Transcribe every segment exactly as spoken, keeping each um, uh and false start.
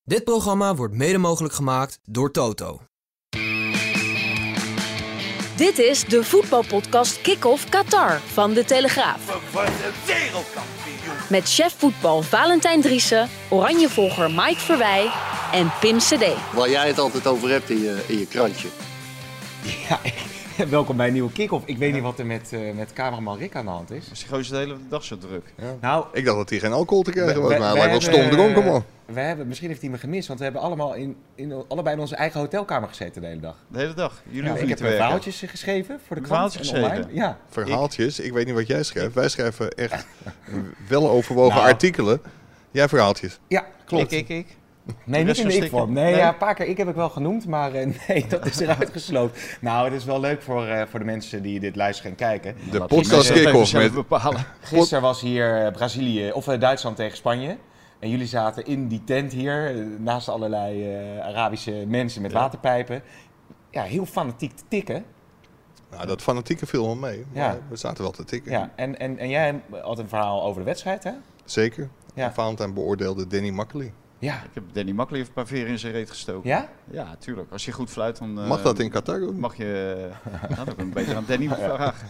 Dit programma wordt mede mogelijk gemaakt door Toto. Dit is de voetbalpodcast Kick-Off Qatar van De Telegraaf. We worden wereldkampioen. Met chef voetbal Valentijn Driessen, Oranjevolger Mike Verwij en Pim Cedee. Waar jij het altijd over hebt in je, in je krantje. Ja, welkom bij een nieuwe Kick-Off. Ik weet niet wat er met, uh, met cameraman Rick aan de hand is. Is die gozer de hele dag zo druk? Ja. Nou, ik dacht dat hij geen alcohol te krijgen was, we, maar we hij lijkt wel hebben, stom dronken, man. We hebben, misschien heeft hij me gemist, want we hebben allemaal in, in, allebei in onze eigen hotelkamer gezeten de hele dag. De hele dag? Jullie Ja, hoeven ik niet heb te werken. verhaaltjes geschreven voor de krant. Verhaaltjes en online. geschreven? Ja. Verhaaltjes, ik weet niet wat jij schrijft. Wij schrijven echt wel overwogen Nou. artikelen. Jij verhaaltjes. Ja, klopt. Ik, ik, ik. Nee, De niet rest in de van ik-vorm. stikken? Nee, Nee? Ja, een paar keer ik heb ik wel genoemd, maar uh, nee, dat is eruit gesloopt. Nou, het is wel leuk voor, uh, voor de mensen die dit luisteren en kijken. De Laat die podcast mensen dat even kick-off zelf met... bepalen. Gisteren was hier uh, Brazilië, of uh, Duitsland tegen Spanje. En jullie zaten in die tent hier, uh, naast allerlei uh, Arabische mensen met Ja. waterpijpen. Ja, heel fanatiek te tikken. Nou, dat fanatieke viel wel mee. Maar Ja. we zaten wel te tikken. Ja, en, en, en jij had een verhaal over de wedstrijd, hè? Zeker. Ja. En Valentijn beoordeelde Danny Makkely. Ja. Ik heb Danny Makkely even een paar veren in zijn reet gestoken. Ja? Ja, tuurlijk. Als je goed fluit, dan... uh, Mag dat in Qatar doen? Mag je... Uh, nou, dan kun je een beetje aan Danny vragen.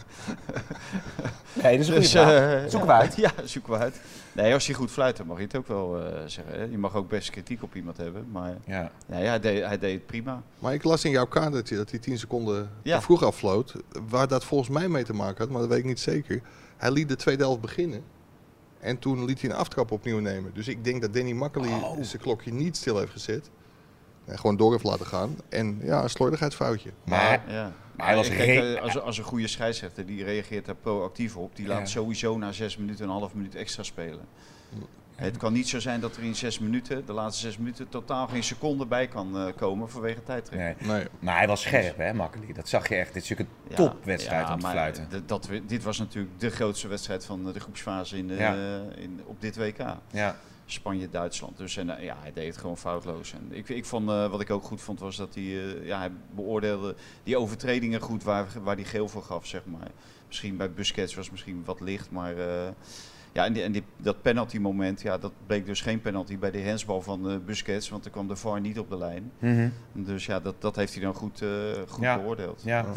Nee, dat is een goede Dus, vraag. uh, Zoeken we uit. Ja, zoeken we uit. Nee, als je goed fluit, dan mag je het ook wel uh, zeggen. Hè? Je mag ook best kritiek op iemand hebben. Maar Ja. ja, ja, hij, deed, hij deed het prima. Maar ik las in jouw kadertje dat hij tien seconden Ja. te vroeg afvloot. Waar dat volgens mij mee te maken had, maar dat weet ik niet zeker. Hij liet de tweede helft beginnen. En toen liet hij een aftrap opnieuw nemen. Dus ik denk dat Danny Makkely Oh. zijn klokje niet stil heeft gezet. En gewoon door heeft laten gaan. En ja, een slordigheidsfoutje. Maar, Ja. maar hij was Kijk, re- eh, als, als een goede scheidsrechter, die reageert daar proactief op. Die laat Ja. sowieso na zes minuten een half minuut extra spelen. Het kan niet zo zijn dat er in zes minuten, de laatste zes minuten, totaal geen seconde bij kan uh, komen vanwege tijdtrek. Nee. Nee. Maar hij was scherp, hè, Makkely. Dat zag je echt. Dit is natuurlijk een topwedstrijd om te maar fluiten. d- Dat, we- dit was natuurlijk de grootste wedstrijd van de groepsfase in de, Ja. uh, in, op dit W K. Ja. Spanje-Duitsland. Dus en, uh, ja, hij deed het gewoon foutloos. En ik, ik vond, uh, wat ik ook goed vond, was dat hij, uh, ja, hij beoordeelde die overtredingen goed waar, waar hij geel voor gaf, zeg maar. Misschien bij Busquets was misschien wat licht, maar... Uh, ja, en, die, en die, dat penalty moment, ja, dat bleek dus geen penalty bij de handsbal van uh, Busquets, want er kwam de V A R niet op de lijn. Mhm. Dus ja, dat, dat heeft hij dan goed, uh, goed Ja. beoordeeld. Ja.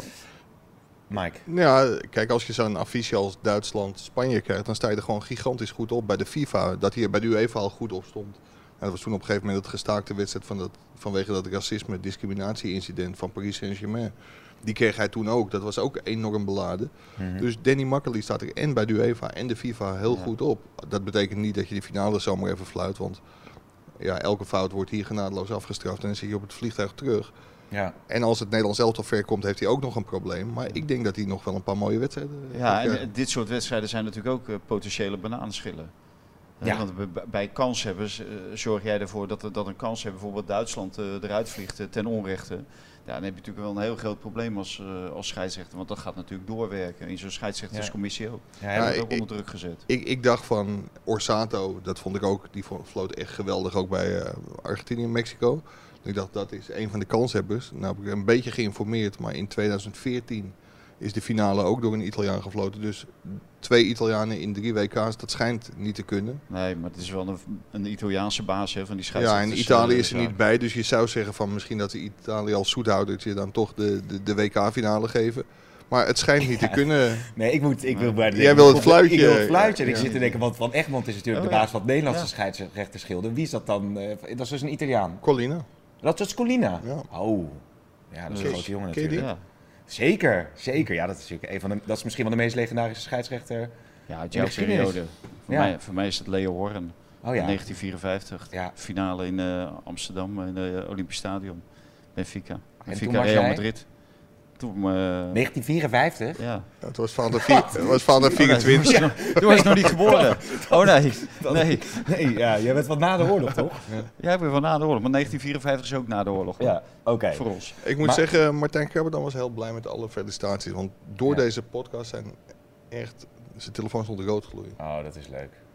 Mike. Ja, kijk, als je zo'n affiche als Duitsland-Spanje krijgt, dan sta je er gewoon gigantisch goed op bij de FIFA. Dat hier bij de UEFA al goed op stond. En dat was toen op een gegeven moment het gestaakte wedstrijd van dat, vanwege dat racisme-discriminatie-incident van Paris Saint-Germain. Die kreeg hij toen ook. Dat was ook enorm beladen. Mhm. Dus Danny Makkely staat er en bij de UEFA en de FIFA heel Ja. goed op. Dat betekent niet dat je de finale zomaar even fluit, want ja, elke fout wordt hier genadeloos afgestraft en dan zit je op het vliegtuig terug. Ja. En als het Nederlands elftal ver komt, heeft hij ook nog een probleem. Maar ik denk dat hij nog wel een paar mooie wedstrijden Ja, gaat en krijgen. uh, dit soort wedstrijden zijn natuurlijk ook uh, potentiële bananenschillen. Uh, Ja. Want b- bij kanshebbers uh, zorg jij ervoor dat, er, dat een kanshebber bijvoorbeeld Duitsland uh, eruit vliegt uh, ten onrechte. Ja, dan heb je natuurlijk wel een heel groot probleem als, uh, als scheidsrechter, want dat gaat natuurlijk doorwerken. In zo'n scheidsrechterscommissie ook. Ja, Hij ja, wordt ik- ook onder druk gezet. Ik, ik dacht van Orsato, dat vond ik ook, die vo- floot echt geweldig ook bij uh, Argentinië en Mexico. Ik dacht, dat is een van de kanshebbers. Nou heb ik een beetje geïnformeerd, maar in tweeduizend veertien is de finale ook door een Italiaan gefloten. Dus twee Italianen in drie W K's, dat schijnt niet te kunnen. Nee, maar het is wel een, een Italiaanse baas hè, van die Ja, scheidsrechters. en Italië uh, is er zo. niet bij, dus je zou zeggen van misschien dat de Italië als zoethoudertje dan toch de, de, de W K-finale geven. Maar het schijnt niet te kunnen. Nee, ik, moet, ik wil bij de Jij wil het fluitje. Ik wil het fluitje. En ik Ja. zit te denken, want Van Egmond is natuurlijk Oh, de ja. baas van het Nederlandse Ja. scheidsrechterschilde. Wie is dat dan? Uh, dat is dus een Italiaan. Colina. Dat is Colina. Ja. Oh. Ja, dat is een Ken- grote jongen ken je die? natuurlijk. Ja. Zeker, zeker. Ja, dat is, natuurlijk een van de, dat is misschien wel de meest legendarische scheidsrechter. Ja, uit In de jouw geschiedenis. periode. Voor, Ja. mij, voor mij is het Leo Horn. Oh ja. negentien vierenvijftig. Ja. Finale in uh, Amsterdam, in het Olympisch Stadion. Benfica. toen Benfica, was Real jij? Madrid. Toen, uh, negentien vierenvijftig? ja. Ja, het was van de, vier, het was van de vierentwintig. Toen was je nog- toen was je nog niet geboren. Oh nee, nee. Nee, ja, jij bent wat na de oorlog, toch? Jij bent wel na de oorlog, maar negentien vierenvijftig is ook na de oorlog. Ja, oké. Voor ons. Ik moet Maar- zeggen, Martijn Krabberdam was heel blij met alle felicitaties. Want door Ja. deze podcast zijn echt zijn telefoons onder rood gloeien. Oh, dat is leuk.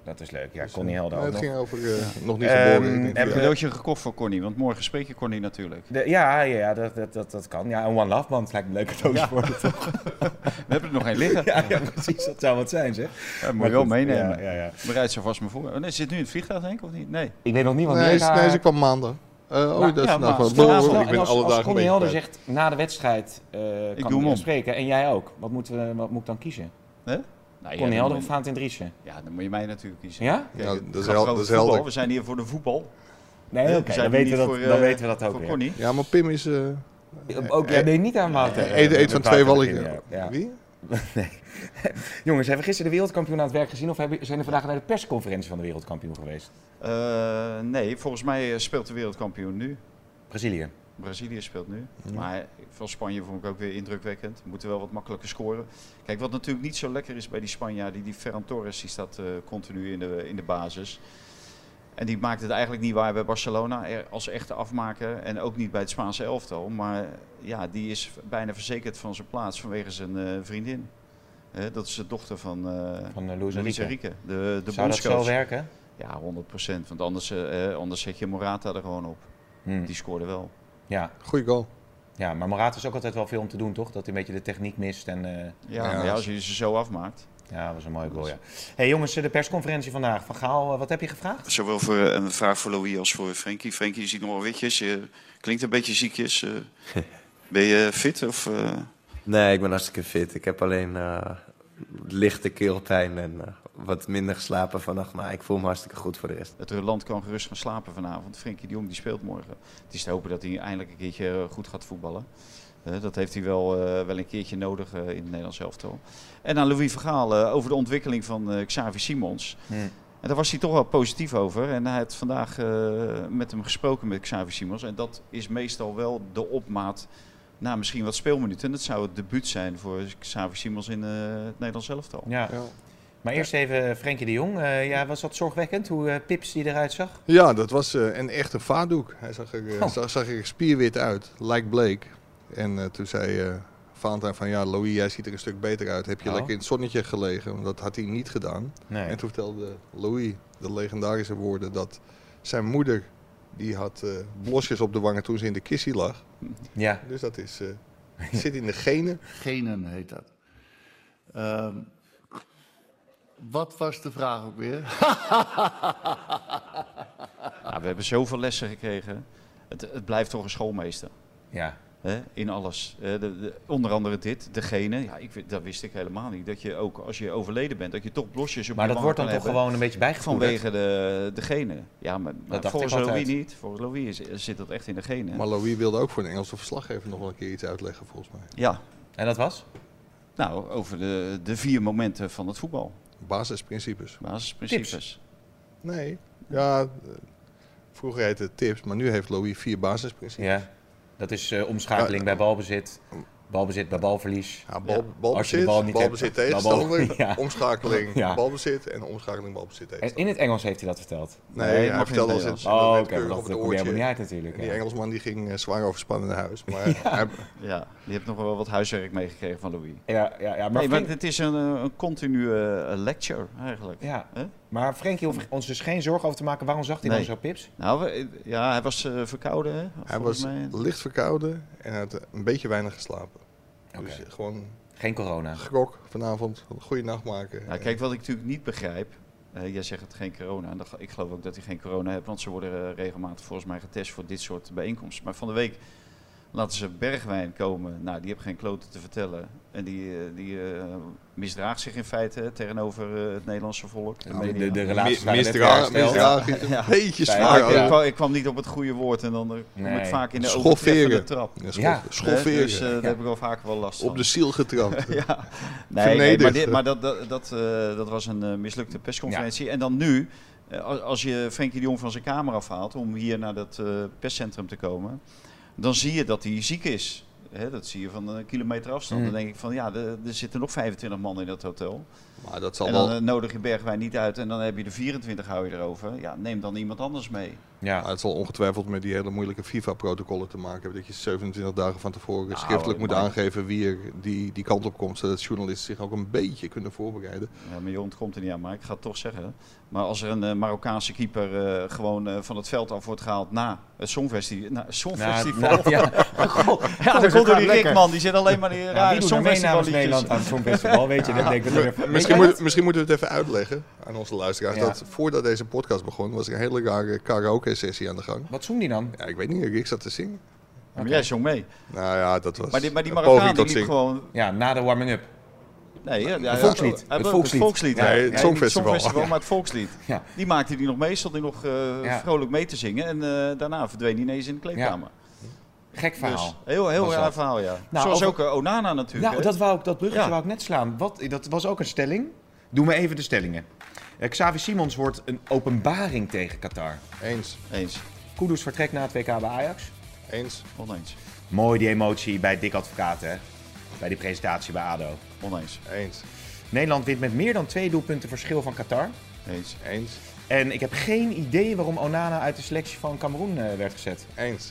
Dat is leuk. Ja, Dus, Connie Helder nee, ook het nog. ging over uh, nog niet Ehm, geboren. Ik denk, heb Heb je je- een cadeautje gekocht voor Connie? Want morgen spreek je Connie natuurlijk. De, ja, ja, ja dat, dat, dat, dat kan. Ja, een One Love band lijkt me een leuke cadeautje Ja. voor je, toch? We hebben er nog één liggen. Ja, ja, precies. Dat zou wat zijn, zeg. Ja, moet je wel goed, meenemen. Ja, ja, ja. Bereid ze vast maar voor. Oh, nee, zit nu in het vliegtuig, denk ik, of niet? Nee. Ik weet nog niet, want nee, die ze, heeft nee, haar- ze kwam maandag. Uh, oh, Maar- dat is ja, nou maar- van- Snel, oh, snel. ik ben en als, alle als dagen Connie een beetje Helder kwijt. zegt na de wedstrijd, uh, kan doe ik hem om. spreken. En jij ook. Wat, moeten we, wat moet ik dan kiezen? Hè? Nou, Connie ja, Helder dan of moet Valentin Driessen? je- Ja, dan moet je mij natuurlijk kiezen. Ja? Kijk, Ja, het dat is gaat hel- over dat is voetbal. helder. We zijn hier voor de voetbal. Nee, We oké. zijn Dan, hier weten we niet dat, voor, dan eh, weten we dat ook Voor weer. Connie. Ja, maar Pim is... Uh, Ook, jij deed niet aan Wouter. eh, eet, eet met van Wouter twee en walletjes. Kim, ja. Ja. Wie? Nee. Jongens, hebben we gisteren de wereldkampioen aan het werk gezien? Of hebben, zijn er vandaag naar de persconferentie van de wereldkampioen geweest? Uh, nee, volgens mij uh, speelt de wereldkampioen nu. Brazilië. Brazilië speelt nu. Ja. Maar van Spanje vond ik ook weer indrukwekkend. We moeten wel wat makkelijker scoren. Kijk, wat natuurlijk niet zo lekker is bij die Spanjaarden, die Ferran Torres, die staat uh, continu in de, in de basis. En die maakt het eigenlijk niet waar bij Barcelona er als echte afmaker. En ook niet bij het Spaanse elftal. Maar ja, die is bijna verzekerd van zijn plaats vanwege zijn uh, vriendin. Uh, dat is de dochter van, uh, Van uh, Luis Luis Enrique. Enrique, de, de Zou dat zo bondscoach. werken? Ja, honderd procent. Want anders, uh, anders zet je Morata er gewoon op. Hmm. Die scoorde wel. Ja. Goeie goal. ja, maar Morata is ook altijd wel veel om te doen, toch? Dat hij een beetje de techniek mist. En, uh, Ja, Ja, maar ja, als- als je ze zo afmaakt. ja, dat was een mooie goal, ja. Hey jongens, de persconferentie vandaag. Van Gaal, uh, wat heb je gevraagd? Zowel voor uh, een vraag voor Louis als voor Frenkie. Frenkie, je ziet nog wel witjes. Je klinkt een beetje ziekjes. Uh, ben je fit? Of, uh... Nee, ik ben hartstikke fit. Ik heb alleen uh, lichte keelpijn en uh, wat minder geslapen vannacht. Maar ik voel me hartstikke goed voor de rest. Het land kan gerust gaan slapen vanavond. Frenkie de Jong die speelt morgen. Het is te hopen dat hij eindelijk een keertje goed gaat voetballen. Uh, dat heeft hij wel, uh, wel een keertje nodig uh, in het Nederlands elftal. En aan Louis van Gaal uh, over de ontwikkeling van uh, Xavi Simons. Hmm. En daar was hij toch wel positief over. En hij heeft vandaag uh, met hem gesproken met Xavi Simons. En dat is meestal wel de opmaat naar misschien wat speelminuten. En dat zou het debuut zijn voor Xavi Simons in uh, het Nederlands elftal. Ja. Ja. Maar eerst even Frenkie de Jong. Uh, ja, was dat zorgwekkend, hoe uh, Pips die eruit zag? Ja, dat was uh, een echte vaatdoek. Hij zag er, uh, Oh. zag, zag er spierwit uit, like Blake. En uh, toen zei uh, Valentijn van, ja Louis, jij ziet er een stuk beter uit. Heb je Oh. lekker in het zonnetje gelegen? Want dat had hij niet gedaan. Nee. En toen vertelde Louis de legendarische woorden dat zijn moeder, die had uh, blosjes op de wangen toen ze in de kissie lag. Ja. Dus dat is, uh, zit in de genen. Genen heet dat. Um, wat was de vraag ook weer? Ja, we hebben zoveel lessen gekregen. Het, het blijft toch een schoolmeester. Ja. Hè, in alles. Eh, de, de, onder andere dit, degene. Ja, ik, weet- dat wist ik helemaal niet. Dat je ook als je overleden bent, dat je toch blosjes op Maar je dat wangen wordt dan kan toch hebben gewoon een beetje bijgevoerd. vanwege de, degene. Ja, maar, maar dacht volgens ik Louis altijd. niet. Volgens Louis is- zit dat echt in de genen. Maar Louis wilde ook voor een Engelse verslaggever nog wel een keer iets uitleggen volgens mij. Ja, En dat was? nou, over de, de vier momenten van het voetbal. Basisprincipes. Basisprincipes. Nee, ja, uh, vroeger heette het tips, maar nu heeft Louis vier basisprincipes. Ja. Dat is uh, omschakeling Ja. bij balbezit, balbezit bij balverlies. Ja, bal, Ja. balbezit, Als je de bal niet balbezit hebt, tegenstander, bal- ja. omschakeling Ja. balbezit en omschakeling balbezit En tegenstander. in het Engels heeft hij dat verteld. Nee, Nee, hij mag vertelde in het als het Nederlands. Oh, met oké, keurig dat over het komt helemaal niet oortje. uit natuurlijk. En die Ja. Engelsman die ging uh, zwaar overspannen naar huis. Maar hij, Ja, die heeft nog wel wat huiswerk meegekregen van Louis. Ja, ja, ja, maar, Nee, maar Frenk- het is een, eh, een continue eh, lecture eigenlijk. ja. Hè? maar Frenkie hoeft ons dus geen zorgen over te maken. Waarom zag hij Nee. dan zo Pips? Nou, we- ja, hij was uh, verkouden. Hè? hij Volgens was mij. licht verkouden en hij had een beetje weinig geslapen. Oké. Dus uh, gewoon Geen corona. grok vanavond, een goede nacht maken. Nou, kijk, wat ik natuurlijk niet begrijp. Uh, jij zegt het geen corona. En dat, ik geloof ook dat hij geen corona heeft. Want ze worden uh, regelmatig volgens mij getest voor dit soort bijeenkomsten. Maar van de week laten ze Bergwijn komen. Nou, die heeft geen kloten te vertellen. En die, uh, die uh, misdraagt zich in feite tegenover uh, het Nederlandse volk. De De, media. de, de Mi- relaties waren net misdra- hersteld. misdragen is een Ja. beetje Ja, zwaar. ja, ik, hoor. kwam, ik kwam niet op het goede woord. En dan uh, kom Nee. ik vaak in de Schofferen. overtreffende trap. Ja, schof- Ja. schofferen. Hè, dus uh, daar heb ik wel vaker wel last van. Op de ziel getrapt. ja. Nee, nee, Vernederd. maar, dit, maar dat, dat, dat, uh, dat was een uh, mislukte persconferentie. En dan nu, uh, als- als je Frenkie de Jong van zijn kamer afhaalt om hier naar dat uh, perscentrum te komen, dan zie je dat hij ziek is. Hè, dat zie je van een kilometer afstand. Mm. Dan denk ik van ja, er, er zitten nog vijfentwintig man in dat hotel. Maar dat zal En dan wel... uh, nodig je Bergwijn niet uit en dan heb je de vierentwintig hou je erover. Ja, neem dan iemand anders mee. Ja. Maar het zal ongetwijfeld met die hele moeilijke FIFA-protocollen te maken hebben. Dat je zevenentwintig dagen van tevoren Nou, schriftelijk moet maar... aangeven wie er die, die kant op komt. Zodat journalisten zich ook een beetje kunnen voorbereiden. Ja, maar je ontkomt er niet aan, maar ik ga het toch zeggen. Maar als er een uh, Marokkaanse keeper uh, gewoon uh, van het veld af wordt gehaald na het Songfestival. Nou, Songfestival. Nou, nou, ja, God, ja, dan komt door die Rick, man. Die zit alleen maar die rare ja, Songfestival Nederland aan het Songfestival, weet je. Ja. Dan denk ik dat er... Misschien, moet, misschien moeten we het even uitleggen aan onze luisteraars. Ja. Dat voordat deze podcast begon, was er een hele rare karaoke-sessie aan de gang. Wat zong die dan? Ja, ik weet niet, ik zat te zingen. Ja, maar jij zong mee. Nou ja, dat was Maar die, maar die een Marokkaan poging die tot liep zingen. gewoon... Ja, na de warming-up. Nee, ja, ja, Het volkslied. ja, Het het volkslied. volkslied. Nee, Ja, het ja, Songfestival. niet Songfestival, Ja. maar het volkslied. Ja. Die maakte die nog mee, stond hij nog uh, Ja. vrolijk mee te zingen. En uh, daarna verdween hij ineens in de kleedkamer. Gek verhaal. Dus, heel heel Was raar dat. verhaal, ja. Nou, Zoals over- ook uh, Onana natuurlijk. Nou, hè? dat, wou ik, dat bruggetje Ja. wou ik net slaan. Wat, dat was ook een stelling. Doe me even de stellingen. Uh, Xavi Simons wordt een openbaring tegen Qatar. Eens, Eens. Kudus vertrekt na het W K bij Ajax. eens, Oneens. Mooi die emotie bij Dick Advocaat, hè? Bij die presentatie bij A D O. Oneens. eens, Nederland wint met meer dan twee doelpunten verschil van Qatar. Eens. eens, En ik heb geen idee waarom Onana uit de selectie van Cameroen uh, werd gezet. eens.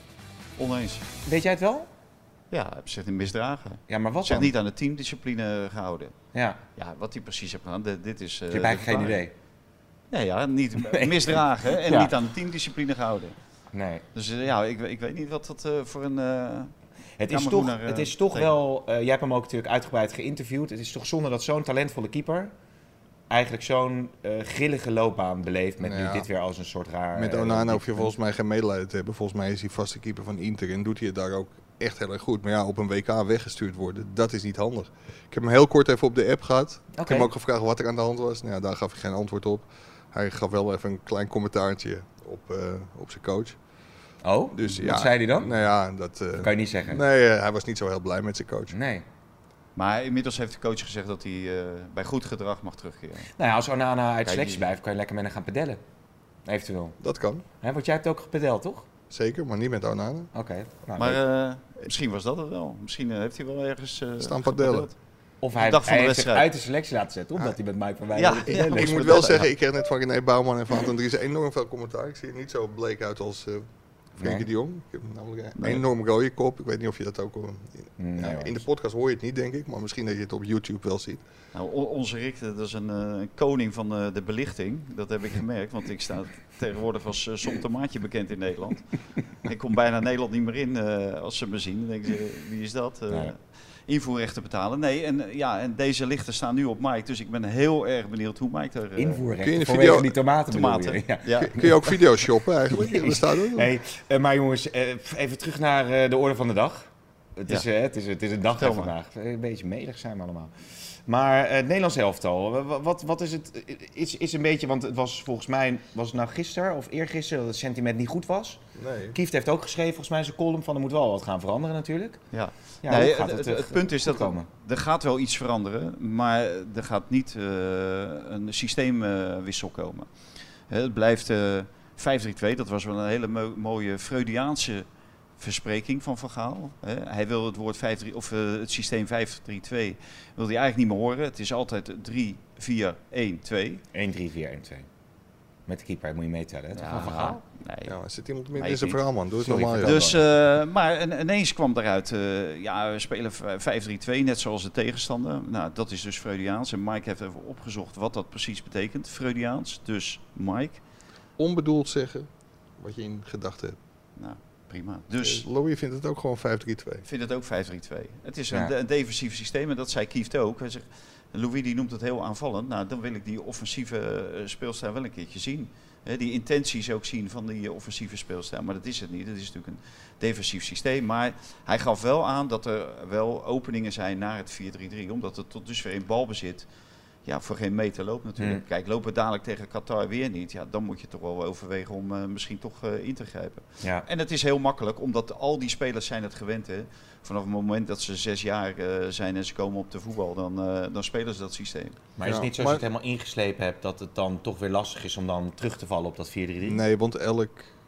Oneens. Weet jij het wel? Ja, hij heeft zich niet misdragen. Ja, maar wat Zich dan? niet aan de teamdiscipline gehouden. Ja, Ja, wat hij precies heeft gedaan, dit, dit is... Uh, ik heb eigenlijk geen idee. Nee, ja, niet Nee. misdragen en Ja. niet aan de teamdiscipline gehouden. Nee. Dus uh, ja, ik, ik weet niet wat dat uh, voor een... Uh, Het is, toch, Cameroener, uh, het is toch betekent. wel, uh, jij hebt hem ook natuurlijk uitgebreid geïnterviewd. Het is toch zonde dat zo'n talentvolle keeper eigenlijk zo'n uh, grillige loopbaan beleeft met Nou nu ja. dit weer als een soort raar... Met uh, Onana hoef je diep- volgens mij geen medelijden te hebben. Volgens mij is hij vaste keeper van Inter en doet hij het daar ook echt heel erg goed. Maar ja, op een W K weggestuurd worden, dat is niet handig. Ik heb hem heel kort even op de app gehad. Ik heb Oké. hem ook gevraagd wat er aan de hand was. Nou ja, daar gaf hij geen antwoord op. Hij gaf wel even een klein commentaartje op, uh, op zijn coach. Oh, Dus, wat ja, zei hij dan? Nou ja, dat... Uh, Dat kan je niet zeggen. nee, uh, hij was niet zo heel blij met zijn coach. Nee. Maar inmiddels heeft de coach gezegd dat hij uh, bij goed gedrag mag terugkeren. Nou ja, als Onana uit de Kijk, selectie die- blijft, kan je lekker met hem gaan pedellen. Eventueel. Dat kan, Hè, want jij hebt ook gepedeld, toch? zeker, maar niet met Onana. Oké. Nou, Maar leuk. uh, misschien was dat het wel. Misschien uh, heeft hij wel ergens uh, Staan padellen. of hij, dag van hij de heeft zich wedstrijd. uit de selectie laten zetten, omdat hij met Mike van Wij Ja, wilde ja, pedellen. Ik Moest moet padellen, wel zeggen, ja. ik kreeg net van René Bouwman en van Anton Dries enorm veel commentaar. Ik zie er niet zo bleek uit als uh, Frenkie Nee. de Jong. Ik heb namelijk een Nee. enorm rode kop. Ik weet niet of je dat ook... Uh, Nee, ja, hoor. in de podcast hoor je het niet, denk ik. Maar misschien dat je het op YouTube wel ziet. Nou, on- onze Rick, dat is een uh, koning van uh, de belichting. Dat heb ik gemerkt, want ik sta tegenwoordig als uh, Som Tomaatje bekend in Nederland. Ik kom bijna Nederland niet meer in uh, als ze me zien. Dan denken ze, wie is dat? Uh, Nee. Invoerrechten betalen. Nee, en, uh, ja, en deze lichten staan nu op Mike. Dus ik ben heel erg benieuwd hoe Mike er... Uh, Invoerrechten, Kun je een vanwege video- die tomaten, bedoel tomaten. je? Ja. Ja. Kun je ook video's shoppen eigenlijk? Dat staat ook. Hey, uh, maar jongens, uh, even terug naar uh, de orde van de dag. Het, Ja. is, uh, het, is, het is een dag Vertel van maar. vandaag. Een beetje melig zijn we allemaal. Maar uh, het Nederlands elftal, wat, wat, wat is het? Is, is een beetje, want het was volgens mij, was het nou gisteren of eergisteren dat het sentiment niet goed was. Nee. Kieft heeft ook geschreven volgens mij in zijn column van er moet wel wat gaan veranderen natuurlijk. Ja. Ja, Nee, hoe gaat het, het, het, uh, het punt is dat er, komen? er gaat wel iets veranderen, maar er gaat niet uh, een systeemwissel komen. Hè, het blijft uh, vijf drie twee, dat was wel een hele mo- mooie Freudiaanse verspreking van Van Gaal. Hè. Hij wil het woord vijf drie, of uh, het systeem vijf drie twee wil hij eigenlijk niet meer horen. Het is altijd drie vier een twee. een drie vier een twee. Met de keeper moet je meetellen, hè? Toch van Van Ja, Gaal? nee. Ja, er zit iemand midden Nee, in zijn niet. verhaal, man. Doe het Sorry, normaal, vertel. joh. Dus, uh, maar en, ineens kwam eruit, uh, ja, we spelen vijf drie twee, net zoals de tegenstander. Nou, dat is dus Freudiaans. En Mike heeft even opgezocht wat dat precies betekent. Freudiaans, dus Mike. Onbedoeld zeggen wat je in gedachten hebt. Nou, prima. Dus Eh, Louis vindt het ook gewoon vijf drie twee. ik vind het ook vijf drie twee. Het is Ja. een, een defensief systeem en dat zei Kieft ook. Hij zegt, Louis die noemt het heel aanvallend. Nou, dan wil ik die offensieve uh, speelstijl wel een keertje zien. He, die intenties ook zien van die uh, offensieve speelstijl. Maar dat is het niet. Het is natuurlijk een defensief systeem. Maar hij gaf wel aan dat er wel openingen zijn naar het vier drie drie. Omdat het tot dusver in balbezit ja, voor geen meter loopt natuurlijk. Hmm. Kijk, lopen we dadelijk tegen Qatar weer niet. Ja, dan moet je toch wel overwegen om uh, misschien toch uh, in te grijpen. Ja. En het is heel makkelijk, omdat al die spelers zijn het gewend. Hè. Vanaf het moment dat ze zes jaar uh, zijn en ze komen op de voetbal, dan, uh, dan spelen ze dat systeem. Maar is het Ja, niet zo maar- als je het helemaal ingeslepen hebt dat het dan toch weer lastig is om dan terug te vallen op dat vier drie drie? Nee, want elk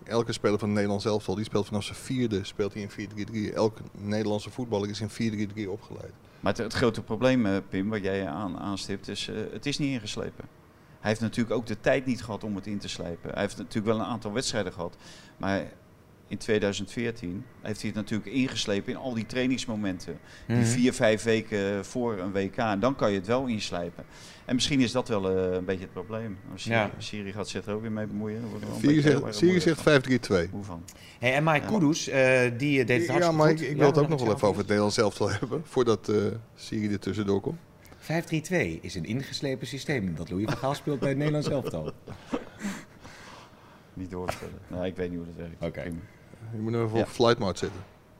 elke speler van het Nederlands elftal, die speelt vanaf zijn vierde speelt hij in vier drie drie. Elke Nederlandse voetballer is in vier drie drie opgeleid. Maar het, het grote probleem, uh, Pim, wat jij aan, aanstipt, is uh, het is niet ingeslepen. Hij heeft natuurlijk ook de tijd niet gehad om het in te slijpen. Hij heeft natuurlijk wel een aantal wedstrijden gehad. Maar in tweeduizend veertien heeft hij het natuurlijk ingeslepen in al die trainingsmomenten. Mm-hmm. Die vier, vijf weken voor een W K. En dan kan je het wel inslijpen. En misschien is dat wel uh, een beetje het probleem. Siri, ja. Siri gaat zich er ook weer mee bemoeien. Siri zegt, Siri zegt vijf drie twee. Hoe van? Hey, en Mike ja. Kudus, uh, die deed het hartstikke Ja, maar goed. ik, ik ja, wil het ook nog wel zelf even over het Nederlands elftal hebben. Voordat uh, Siri er tussendoor komt. vijf drie twee is een ingeslepen systeem dat Louis van Gaal speelt bij het Nederlands elftal. Niet doorstellen. Nou, ik weet niet hoe dat werkt. Oké. Okay. Je moet hem even ja. op flight mode zetten.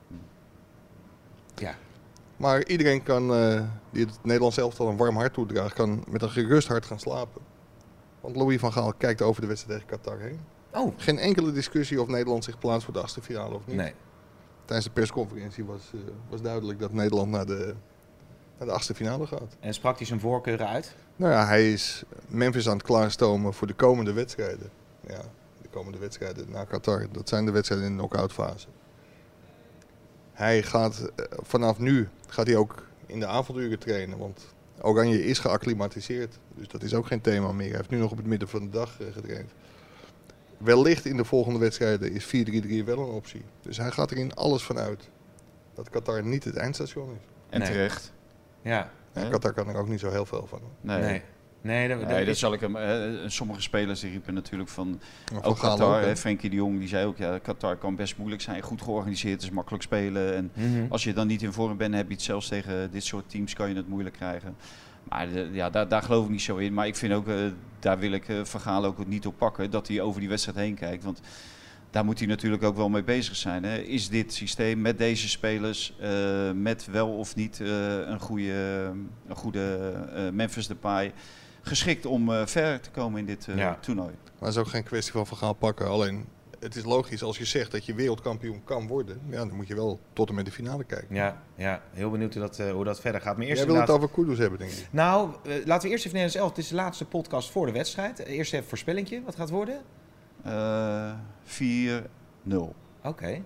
Ja. Maar iedereen kan, uh, die het Nederlands elftal een warm hart toedraagt, kan met een gerust hart gaan slapen. Want Louis van Gaal kijkt over de wedstrijd tegen Qatar heen. Oh. Geen enkele discussie of Nederland zich plaatst voor de achtste finale of niet. Nee. Tijdens de persconferentie was, uh, was duidelijk dat Nederland naar de, naar de achtste finale gaat. En sprak hij zijn voorkeuren uit? Nou ja, hij is Memphis aan het klaarstomen voor de komende wedstrijden. Ja, de komende wedstrijden na Qatar. Dat zijn de wedstrijden in de knock-out fase. Hij gaat uh, vanaf nu gaat hij ook in de avonduren trainen, want Oranje is geacclimatiseerd. Dus dat is ook geen thema meer. Hij heeft nu nog op het midden van de dag uh, getraind. Wellicht in de volgende wedstrijden is vier drie drie wel een optie. Dus hij gaat er in alles van uit dat Qatar niet het eindstation is. En nee. terecht. Ja. Ja, Qatar kan er ook niet zo heel veel van. Nee. nee. Nee, dat, nee, dat, dat is... zal ik hem. Uh, sommige spelers die riepen natuurlijk van. van ook Qatar, ook, Frenkie de Jong, die zei ook: ja, Qatar kan best moeilijk zijn, goed georganiseerd, is makkelijk spelen. En mm-hmm. als je dan niet in vorm bent, heb je het zelfs tegen dit soort teams kan je het moeilijk krijgen. Maar de, ja, daar, daar geloof ik niet zo in. Maar ik vind ook, uh, daar wil ik uh, Van Gaal ook niet op pakken, dat hij over die wedstrijd heen kijkt. Want daar moet hij natuurlijk ook wel mee bezig zijn. Hè. Is dit systeem met deze spelers, uh, met wel of niet uh, een goede, een goede uh, Memphis Depay, geschikt om uh, ver te komen in dit uh, ja. toernooi? Maar het is ook geen kwestie van Van Gaal pakken. Alleen, het is logisch als je zegt dat je wereldkampioen kan worden. Ja, dan moet je wel tot en met de finale kijken. Ja, ja. Heel benieuwd hoe dat, uh, hoe dat verder gaat. Maar eerst Jij wil het over Kudus hebben, denk ik. Nou, uh, laten we eerst even Nederlands elftal. Het is de laatste podcast voor de wedstrijd. Eerst even voorspellingje. Wat gaat het worden? Uh, vier nul. Oké. Okay.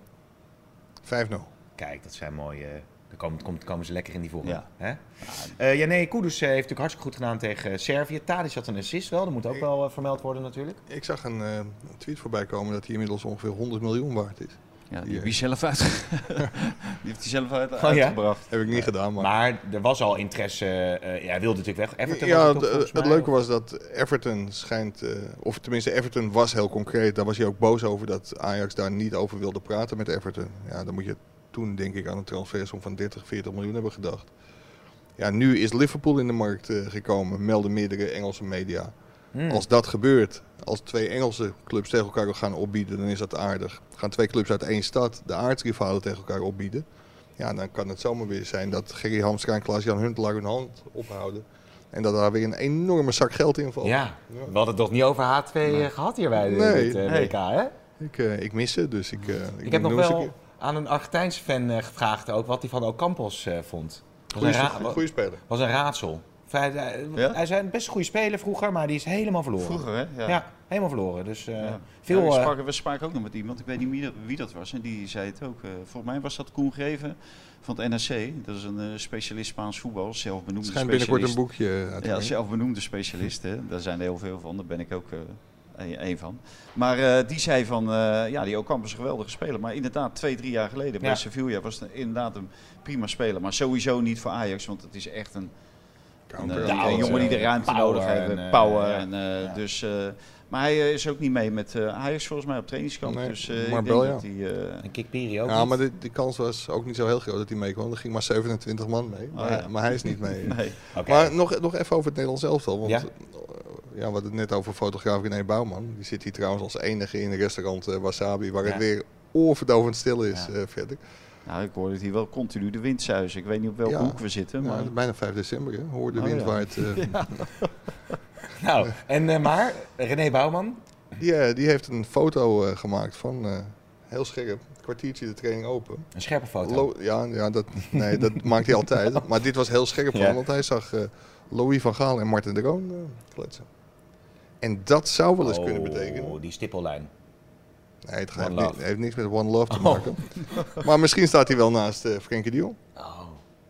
vijf nul. Kijk, dat zijn mooie... Dan komen, komen, komen ze lekker in die vorm. Ja. Hè? Uh, ja, nee, Kudus uh, heeft natuurlijk hartstikke goed gedaan tegen Servië. Tadic had een assist wel, dat moet ook ik, wel uh, vermeld worden natuurlijk. Ik zag een, uh, een tweet voorbij komen dat hij inmiddels ongeveer honderd miljoen waard is. Ja, die, die, heb zelf uit... die heeft hij zelf uit, oh, uitgebracht. Ja? Heb ik niet ja. gedaan, maar... Maar er was al interesse... Uh, ja, hij wilde natuurlijk weg. Everton ja, was het, toch, het leuke was dat Everton schijnt... Uh, of tenminste, Everton was heel concreet. Daar was hij ook boos over dat Ajax daar niet over wilde praten met Everton. Ja, dan moet je toen denk ik aan een transfersom van dertig, veertig miljoen hebben gedacht. Ja, nu is Liverpool in de markt uh, gekomen, melden meerdere Engelse media. Hmm. Als dat gebeurt, als twee Engelse clubs tegen elkaar gaan opbieden, dan is dat aardig. Gaan twee clubs uit één stad de aardsrivalen tegen elkaar opbieden. Ja, dan kan het zomaar weer zijn dat Gerry Hamstra en Klaas-Jan Huntelaar hun hand ophouden. En dat daar weer een enorme zak geld in valt. Ja, ja. We hadden het toch niet over H twee nee. gehad hier bij nee. dit uh, W K, hè? Ik, uh, ik mis ze, dus ik... Uh, ik, ik heb nog wel aan een Argentijnse fan uh, gevraagd ook wat hij van Ocampos uh, vond. Goeie, ra- goeie speler. Was een raadsel. Hij, hij, ja? hij zei best een goede speler vroeger, maar die is helemaal verloren. Vroeger, hè? Ja, ja helemaal verloren. Dus, uh, ja. veel, ja, we, spraken, we spraken ook nog met iemand, ik weet niet wie dat, wie dat was, en die zei het ook. Uh, volgens mij was dat Koen Greven van het N R C. Dat is een uh, specialist Spaans voetbal, zelfbenoemde specialist. Het binnenkort een boekje uit. Ja, zelfbenoemde specialist. Hè. Daar zijn er heel veel van, daar ben ik ook uh, een, een van. Maar uh, die zei van, uh, ja, die Ocampos is een geweldige speler. Maar inderdaad, twee, drie jaar geleden bij ja. Sevilla was het inderdaad een prima speler. Maar sowieso niet voor Ajax, want het is echt een... Een, een, een, een jongen die de ruimte power nodig heeft, en, uh, power. Ja, en, uh, ja. dus, uh, maar hij uh, is ook niet mee met uh, Ajax volgens mij op trainingskamp. Nee, dus uh, maar ik wel, denk ja. dat hij... Uh... En Kikpiri ook Ja, niet. maar de, die kans was ook niet zo heel groot dat hij meekwam. Er ging maar zevenentwintig man mee. Maar, oh, ja. maar hij is niet mee. nee. Okay. Maar nog, nog even over het Nederlands elftal. Want ja? Uh, ja, we hadden het net over fotograaf René Bouwman. Die zit hier trouwens als enige in een restaurant uh, Wasabi. Waar ja. het weer oorverdovend stil is ja. uh, verder. Nou, ik hoor dat hier wel continu de wind zuizen. Ik weet niet op welke ja, hoek we zitten. Maar... Ja, bijna vijf december, hè? Hoor de oh, wind ja. waait. Uh... ja. nou, en uh, maar, René Bouwman? Die, uh, die heeft een foto uh, gemaakt van, uh, heel scherp, een kwartiertje de training open. Een scherpe foto? Lo- ja, ja dat, nee, dat maakt hij altijd. Maar dit was heel scherp van, ja. want hij zag uh, Louis van Gaal en Martin de Roon uh, kletsen. En dat zou wel eens oh, kunnen betekenen. die stippellijn. Nee, het One heeft, Love. ni- heeft niks met One Love te Oh. maken. Maar misschien staat hij wel naast uh, Frenkie de Jong. Oh.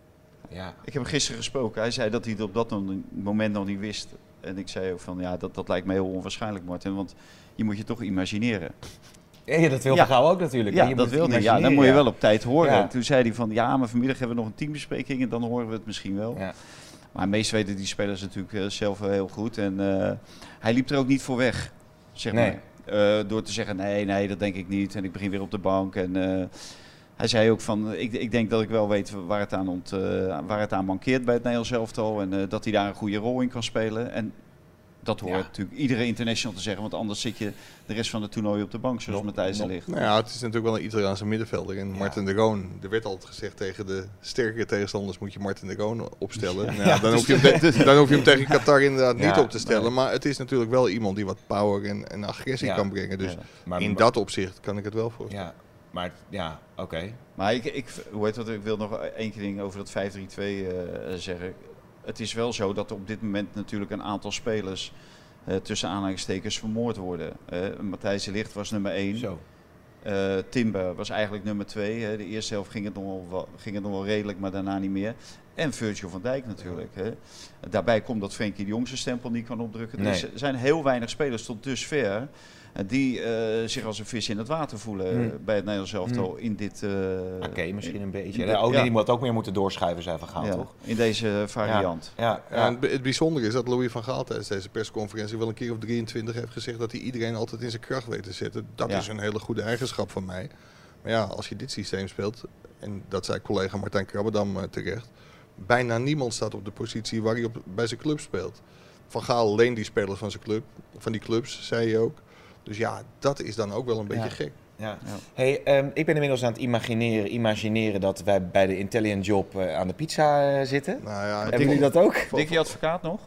Ja. Ik heb hem gisteren gesproken. Hij zei dat hij het op dat moment nog niet wist. En ik zei ook van, ja, dat, dat lijkt me heel onwaarschijnlijk, Martin. Want je moet je toch imagineren. Ja, dat wil Ja. Van Gaal ook natuurlijk. Ja, Je dat moet wilde hij. Ja, imagineren, dan moet je ja. wel op tijd horen. Ja. En toen zei hij van, ja, maar vanmiddag hebben we nog een teambespreking en dan horen we het misschien wel. Ja. Maar meestal weten die spelers natuurlijk uh, zelf wel heel goed. En uh, hij liep er ook niet voor weg, zeg Nee. maar. Uh, door te zeggen, nee, nee, dat denk ik niet. En ik begin weer op de bank. En uh, hij zei ook van, ik, ik denk dat ik wel weet waar het aan, ont, uh, waar het aan mankeert bij het Nederlands elftal. En uh, dat hij daar een goede rol in kan spelen. En dat hoort Ja. natuurlijk iedere international te zeggen. Want anders zit je de rest van het toernooi op de bank, zoals Nog- Matthijs er nog- ligt. Nou ja, het is natuurlijk wel een Italiaanse middenvelder. En Ja. Martin de Roon, er werd altijd gezegd tegen de sterkere tegenstanders moet je Martin de Roon opstellen. Ja. Nou ja, Ja, dan, dus- hoef je hem te- dan hoef je hem tegen Qatar inderdaad Ja, niet op te stellen. nee. Maar het is natuurlijk wel iemand die wat power en, en agressie Ja. kan brengen. Dus Ja. Maar, in dat opzicht kan ik het wel voorstellen. Ja, maar ja, oké. Okay. Maar ik, ik, hoe heet dat, ik wil nog één keer ding over dat vijf drie twee uh, zeggen. Het is wel zo dat er op dit moment natuurlijk een aantal spelers uh, tussen aanhalingstekens vermoord worden. Uh, Matthijs de Ligt was nummer één. Zo. Uh, Timber was eigenlijk nummer twee. Hè. De eerste helft ging het, nog wel, ging het nog wel redelijk, maar daarna niet meer. En Virgil van Dijk natuurlijk. Hè. Daarbij komt dat Frenkie de Jong zijn stempel niet kan opdrukken. Nee. Dus er zijn heel weinig spelers tot dusver die uh, zich als een vis in het water voelen Hmm. bij het Nederlands elftal Hmm. in dit... Uh, Oké, okay, misschien in, een beetje. in Ja, dit- ook ja. die moet ook meer moeten doorschuiven zijn Van Gaal, Ja, toch? in deze variant. Ja, ja, Ja, ja. en het bijzondere is dat Louis van Gaal tijdens deze persconferentie wel een keer of drieëntwintig heeft gezegd dat hij iedereen altijd in zijn kracht weet te zetten. Dat Ja. is een hele goede eigenschap van mij. Maar ja, als je dit systeem speelt, en dat zei collega Martijn Krabbedam uh, terecht, bijna niemand staat op de positie waar hij op, bij zijn club speelt. Van Gaal leent die spelers van zijn club, van die clubs, zei hij ook. Dus ja, dat is dan ook wel een beetje Ja. gek. Ja. Ja. Hey, um, ik ben inmiddels aan het imagineren, imagineren dat wij bij de Intelligent Job uh, aan de pizza uh, zitten. Nou ja, Hebben jullie dat ook? Dikkie advocaat nog?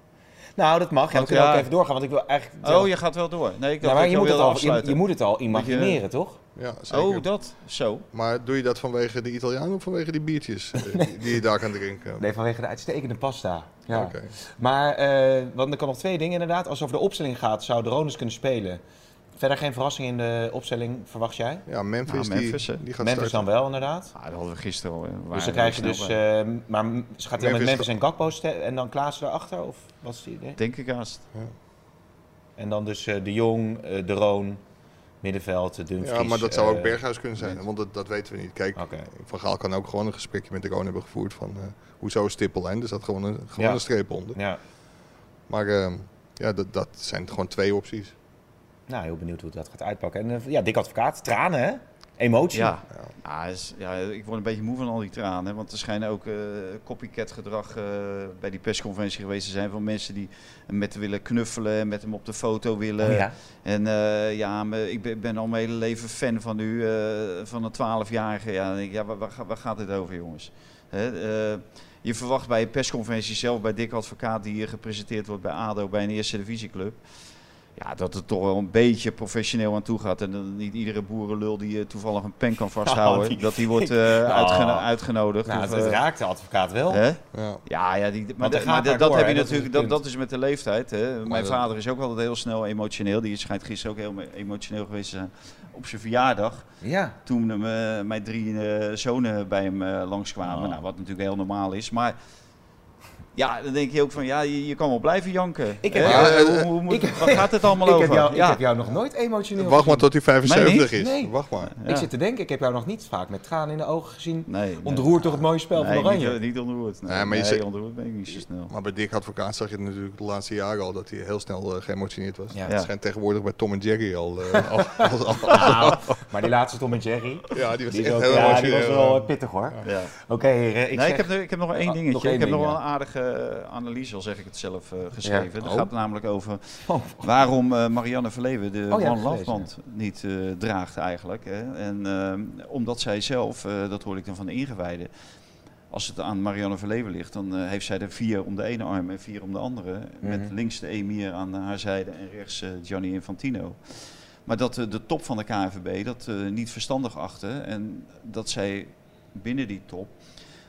Nou, dat mag. Ja, we Want kunnen ja- ook even doorgaan, want ik wil eigenlijk... Oh, je gaat wel door. Nee, ik ja, dacht maar dat je al moet, het wilde al, je, afsluiten. je moet het al imagineren, toch? ja, zeker. Oh, dat. Zo. Maar doe je dat vanwege de Italianen of vanwege die biertjes uh, die, die je daar kan drinken? Nee, vanwege de uitstekende pasta. Ja. Oké. Maar, uh, want er kan nog twee dingen inderdaad. Als het over de opstelling gaat, zou de Ronus kunnen spelen. Verder geen verrassing in de opstelling, verwacht jij? Ja, Memphis, Ja, Memphis, die, hè. die gaat Memphis starten. dan wel, inderdaad. Ah, dat hadden we gisteren al. hè. We Dus waren dan krijg je er dus... snel bij. Uh, maar m- gaat hij dan met Memphis Memphis en Gakpo ste- en dan Klaassen erachter? Of wat is het idee? Denk ik haast. En dan dus uh, De Jong, uh, De Roon, middenveld, de Dumfries. Ja, maar dat zou ook uh, Berghuis kunnen zijn, want dat, dat weten we niet. Kijk, Oké. Van Gaal kan ook gewoon een gesprekje met de Roon hebben gevoerd van uh, hoezo is stippellijn? Er zat gewoon een, gewoon Ja. een streep onder. Ja. Maar uh, ja, dat, dat zijn gewoon twee opties. Nou, heel benieuwd hoe dat gaat uitpakken. En uh, ja, dik advocaat, tranen hè? Emotie. Ja, ja. is, ja, ik word een beetje moe van al die tranen. Want er schijnen ook uh, copycat gedrag uh, bij die persconferentie geweest te zijn van mensen die met hem willen knuffelen en met hem op de foto willen. Oh, ja. En uh, ja, me, ik ben, ben al mijn hele leven fan van u, uh, van een twaalfjarige. Ja, dan denk ik, ja, waar, waar, waar gaat dit over, jongens? Hè, uh, je verwacht bij een persconferentie zelf bij Dick Advocaat die hier gepresenteerd wordt bij A D O, bij een eerste divisieclub. Ja, dat het toch wel een beetje professioneel aan toe gaat. En dan niet iedere boerenlul die uh, toevallig een pen kan vasthouden, Oh, die- dat die wordt uh, Oh. uitgeno- uitgenodigd. Nou, of, het, het uh, raakt de advocaat wel. hè? Ja. Ja, ja die, maar, Want de- hij maar gaat de- maar dat door, heb hè, je dat is natuurlijk, het dat, punt. dat is met de leeftijd. Hè. Mijn dat- vader is ook altijd heel snel emotioneel. Die schijnt gisteren ook heel me- emotioneel geweest te zijn op zijn verjaardag. Ja. Toen uh, mijn drie uh, zonen bij hem uh, langskwamen. Oh. Nou, wat natuurlijk heel normaal is. Maar ja, dan denk je ook van, ja, je, je kan wel blijven janken. Ik heb Hè? jou- Eh, hoe, hoe moet- ik- wat gaat het allemaal Ik over? heb, jou, ja. ik heb jou nog nooit emotioneel Wacht maar gezien. tot hij vijfenzeventig Mij is. Nee. Wacht maar. Ja. Ik zit te denken, ik heb jou nog niet vaak met tranen in de ogen gezien. Nee, nee. Ontroerd door het mooie spel Nee, van Oranje. Niet, niet ontroerd. Nee, Nee, maar je nee, zegt- ontroerd ben ik niet zo snel. Maar bij Dick Advocaat zag je natuurlijk de laatste jaren al dat hij heel snel uh, geëmotioneerd was. Ja. Het Ja. schijnt tegenwoordig bij Tom en Jerry al... Uh, al, al, al- Nou, maar die laatste Tom en Jerry, ja, die was die, is echt ook, heel ja, die was emotioneel. wel uh, pittig hoor. Ja. Oké, heren, ik nee, zeg... ik, heb, nu- ik heb nog één Ah, dingetje. nog één ik heb ding, nog wel ja. een aardige uh, analyse, al zeg ik het zelf, uh, geschreven. Ja. Dat Oh. gaat namelijk over Oh. waarom uh, Marianne Verleeuwen de Oh ja, One Love gelezen, band niet uh, draagt eigenlijk. Hè. En uh, omdat zij zelf, uh, dat hoor ik dan van de ingewijden, als het aan Marianne Verleeuwen ligt, dan uh, heeft zij er vier om de ene arm en vier om de andere. Mhm. Met links de Emir aan haar zijde en rechts uh, Gianni Infantino. Maar dat uh, de top van de K N V B dat uh, niet verstandig achtte en dat zij binnen die top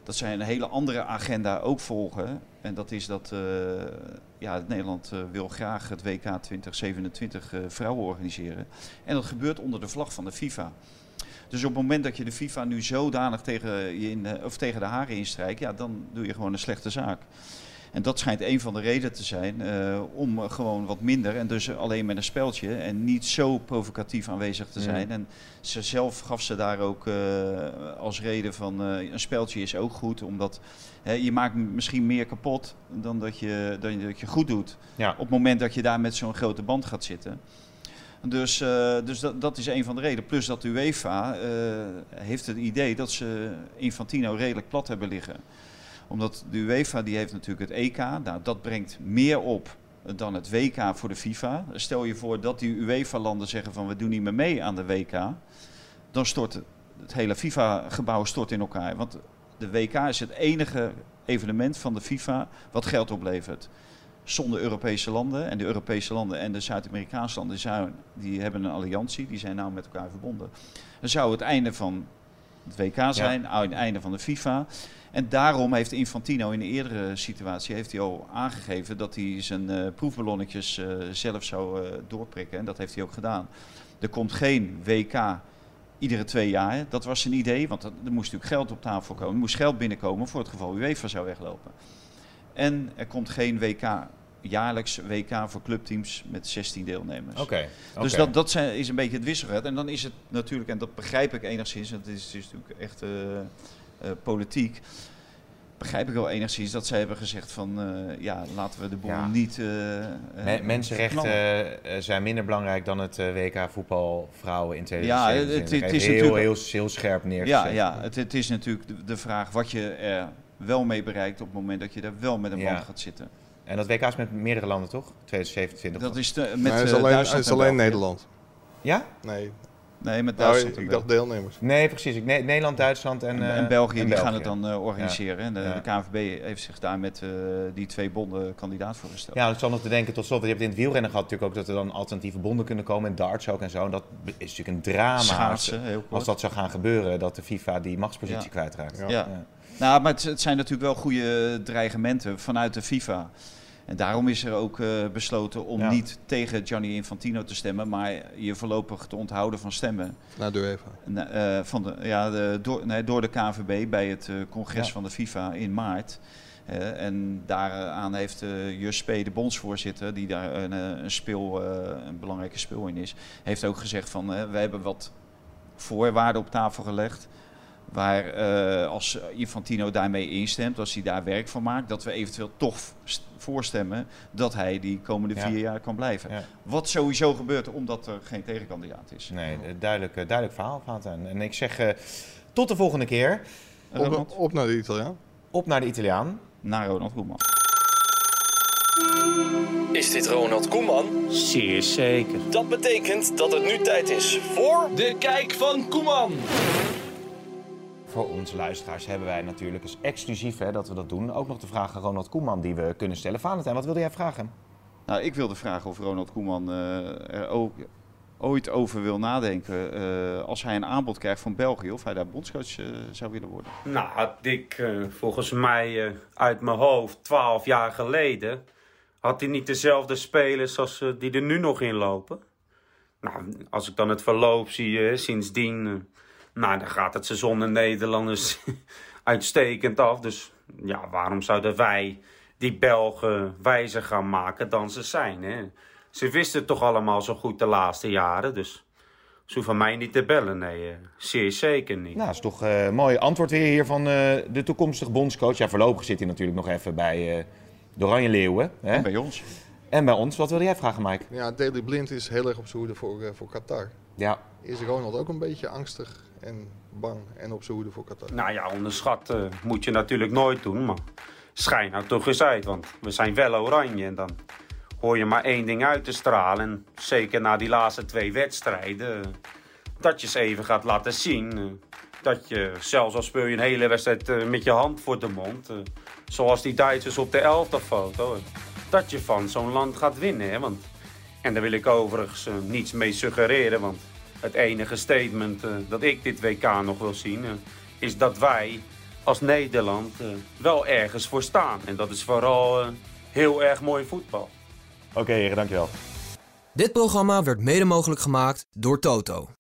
dat zij een hele andere agenda ook volgen. En dat is dat uh, ja, Nederland uh, wil graag het W K twintig zevenentwintig uh, vrouwen organiseren. En dat gebeurt onder de vlag van de FIFA. Dus op het moment dat je de FIFA nu zodanig tegen, je in, of tegen de haren instrijkt, ja, dan doe je gewoon een slechte zaak. En dat schijnt een van de redenen te zijn uh, om uh, gewoon wat minder en dus alleen met een speltje en niet zo provocatief aanwezig te zijn. Mm. En ze zelf gaf ze daar ook uh, als reden van uh, een speltje is ook goed, omdat hè, je maakt misschien meer kapot dan dat je, dan dat je goed doet. Ja. Op het moment dat je daar met zo'n grote band gaat zitten. Dus, uh, dus dat, dat is een van de redenen. Plus dat de UEFA uh, heeft het idee dat ze Infantino redelijk plat hebben liggen. Omdat de UEFA die heeft natuurlijk het E K. Nou, dat brengt meer op dan het W K voor de FIFA. Stel je voor dat die UEFA-landen zeggen van we doen niet meer mee aan de W K. Dan stort het, het hele FIFA-gebouw stort in elkaar. Want de W K is het enige evenement van de FIFA wat geld oplevert. Zonder Europese landen. En de Europese landen en de Zuid-Amerikaanse landen zijn, die hebben een alliantie. Die zijn nou met elkaar verbonden. Dan zou het einde van het W K zijn. Ja. Het einde van de FIFA. En daarom heeft Infantino in een eerdere situatie heeft hij al aangegeven dat hij zijn uh, proefballonnetjes uh, zelf zou uh, doorprikken. En dat heeft hij ook gedaan. Er komt geen W K iedere twee jaar. Dat was zijn idee, want er moest natuurlijk geld op tafel komen. Er moest geld binnenkomen voor het geval UEFA zou weglopen. En er komt geen W K, jaarlijks W K voor clubteams met zestien deelnemers. Okay, okay. Dus dat, dat zijn, is een beetje het wisselgeld. En dan is het natuurlijk, en dat begrijp ik enigszins, het is, het is natuurlijk echt uh, uh, politiek, begrijp ik wel enigszins dat zij hebben gezegd van, uh, ja, laten we de boel ja. niet... Uh, Me- mensenrechten uh, zijn minder belangrijk dan het uh, W K voetbal vrouwen in tweeduizend zevenentwintig. Ja, het, het, het is heel, heel, heel scherp neergezet. Ja, ja het, het is natuurlijk de, de vraag wat je er wel mee bereikt op het moment dat je daar wel met een band ja. gaat zitten. En dat W K is met meerdere landen, toch? tweeduizend zevenentwintig. Dat is de, met nee, het is alleen, het is alleen Nederland. Ja? Nee. Nee, met Duitsland. Nou, ik dacht deelnemers. Nee, precies. Ik, ne- Nederland, Duitsland en, uh, en, en België. En die België. gaan het dan uh, organiseren. Ja. En de, ja. de K N V B heeft zich daar met uh, die twee bonden kandidaat voor gesteld. Ja, ik zal nog te denken tot slot. Je hebt in het wielrennen gehad natuurlijk ook dat er dan alternatieve bonden kunnen komen. En darts ook en zo. En dat is natuurlijk een drama. Schaatsen, heel kort. Als dat zou gaan gebeuren, dat de FIFA die machtspositie ja. kwijtraakt. Ja. Ja. Ja. Nou, maar het, het zijn natuurlijk wel goede dreigementen vanuit de FIFA. En daarom is er ook uh, besloten om ja. niet tegen Gianni Infantino te stemmen, maar je voorlopig te onthouden van stemmen. Naar de UEFA. Uh, van de, ja, de, door, nee, door de K N V B bij het uh, congres ja. van de FIFA in maart. Uh, en daaraan heeft uh, Just P, de bondsvoorzitter, die daar een, een, speel, uh, een belangrijke speel in is, heeft ook gezegd van uh, we hebben wat voorwaarden op tafel gelegd. Waar uh, als Infantino daarmee instemt, als hij daar werk van maakt, dat we eventueel toch voorstemmen dat hij die komende ja. vier jaar kan blijven. Ja. Wat sowieso gebeurt omdat er geen tegenkandidaat is. Nee, duidelijk, duidelijk verhaal, Valentijn. En ik zeg uh, tot de volgende keer. Op, op naar de Italiaan. Op naar de Italiaan. Naar Ronald Koeman. Is dit Ronald Koeman? Zeer zeker. Dat betekent dat het nu tijd is voor de Kijk van Koeman. Voor onze luisteraars hebben wij natuurlijk eens exclusief hè, dat we dat doen. Ook nog de vraag aan Ronald Koeman die we kunnen stellen. Valentijn, wat wilde jij vragen? Nou, ik wilde vragen of Ronald Koeman uh, er ook ooit over wil nadenken. Uh, als hij een aanbod krijgt van België, of hij daar bondscoach uh, zou willen worden. Nou, had ik uh, volgens mij uh, uit mijn hoofd twaalf jaar geleden, had hij niet dezelfde spelers als uh, die er nu nog in lopen. Nou, als ik dan het verloop zie uh, sindsdien, uh, nou, dan gaat het seizoen in Nederlanders uitstekend af. Dus ja, waarom zouden wij die Belgen wijzer gaan maken dan ze zijn, hè? Ze wisten het toch allemaal zo goed de laatste jaren, dus ze hoeven mij niet te bellen, nee, uh, zeer zeker niet. Nou, dat is toch een uh, mooi antwoord weer hier van uh, de toekomstige bondscoach. Ja, voorlopig zit hij natuurlijk nog even bij uh, de Oranje Leeuwen. Hè? En bij ons. En bij ons. Wat wilde jij vragen, Mike? Ja, Daley Blind is heel erg op zijn hoede voor, uh, voor Qatar. Ja. Is Ronald ook een beetje angstig en bang en op zijn hoede voor Qatar? Nou ja, onderschatten uh, moet je natuurlijk nooit doen, maar schijn nou toch eens uit, want we zijn wel oranje en dan hoor je maar één ding uit te stralen. En zeker na die laatste twee wedstrijden, dat je ze even gaat laten zien. Dat je, zelfs al speel je een hele wedstrijd met je hand voor de mond, zoals die Duitsers op de elfde foto, dat je van zo'n land gaat winnen. Hè? Want, en daar wil ik overigens niets mee suggereren, want het enige statement dat ik dit W K nog wil zien, is dat wij als Nederland uh, wel ergens voor staan. En dat is vooral uh, heel erg mooi voetbal. Oké, okay, heren, dankjewel. Dit programma werd mede mogelijk gemaakt door Toto.